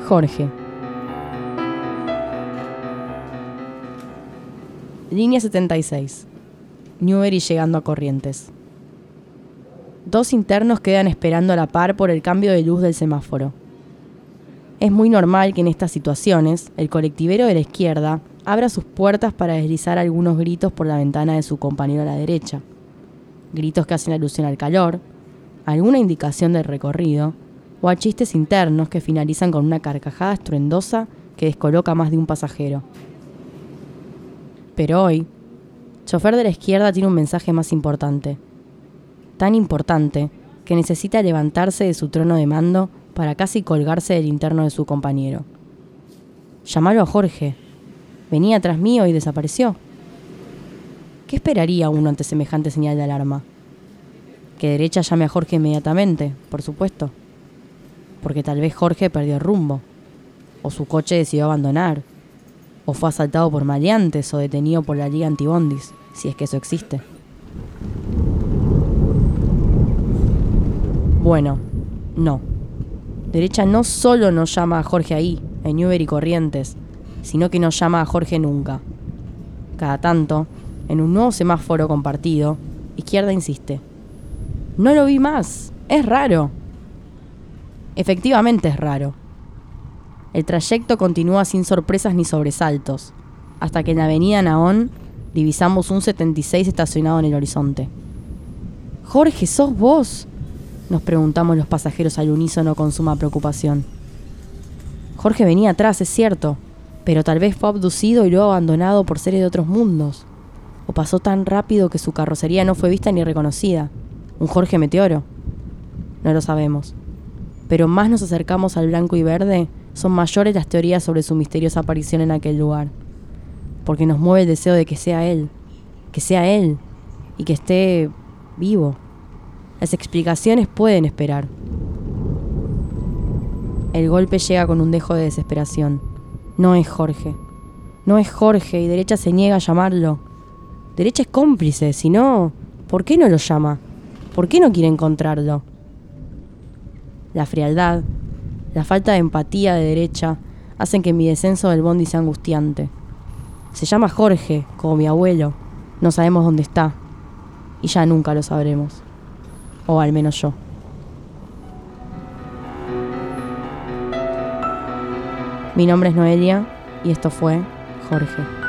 Jorge. Línea 76. Newbery llegando a Corrientes. 2 internos quedan esperando a la par por el cambio de luz del semáforo. Es muy normal que en estas situaciones el colectivero de la izquierda abra sus puertas para deslizar algunos gritos por la ventana de su compañero a la derecha. Gritos que hacen alusión al calor, a alguna indicación del recorrido o a chistes internos que finalizan con una carcajada estruendosa que descoloca a más de un pasajero. Pero hoy, el chofer de la izquierda tiene un mensaje más importante. Tan importante que necesita levantarse de su trono de mando para casi colgarse del interno de su compañero. Llámalo a Jorge. Venía tras mío y desapareció. ¿Qué esperaría uno ante semejante señal de alarma? Que derecha llame a Jorge inmediatamente, por supuesto. Porque tal vez Jorge perdió el rumbo. O su coche decidió abandonar. O fue asaltado por maleantes o detenido por la Liga Antibondis, si es que eso existe. Bueno, no. Derecha no solo no llama a Jorge ahí, en Newbery Corrientes, sino que no llama a Jorge nunca. Cada tanto, en un nuevo semáforo compartido, izquierda insiste. No lo vi más, es raro. Efectivamente es raro. El trayecto continúa sin sorpresas ni sobresaltos, hasta que en la avenida Nahón divisamos un 76 estacionado en el horizonte. «Jorge, ¿sos vos?», nos preguntamos los pasajeros al unísono con suma preocupación. Jorge venía atrás, es cierto, pero tal vez fue abducido y luego abandonado por seres de otros mundos. O pasó tan rápido que su carrocería no fue vista ni reconocida. ¿Un Jorge Meteoro? No lo sabemos. Pero más nos acercamos al blanco y verde, son mayores las teorías sobre su misteriosa aparición en aquel lugar. Porque nos mueve el deseo de que sea él y que esté vivo. Las explicaciones pueden esperar. El golpe llega con un dejo de desesperación. No es Jorge. No es Jorge y derecha se niega a llamarlo. Derecha es cómplice, si no, ¿por qué no lo llama? ¿Por qué no quiere encontrarlo? La frialdad, la falta de empatía de derecha hacen que mi descenso del bondi sea angustiante. Se llama Jorge, como mi abuelo. No sabemos dónde está. Y ya nunca lo sabremos. O al menos yo. Mi nombre es Noelia y esto fue Jorge.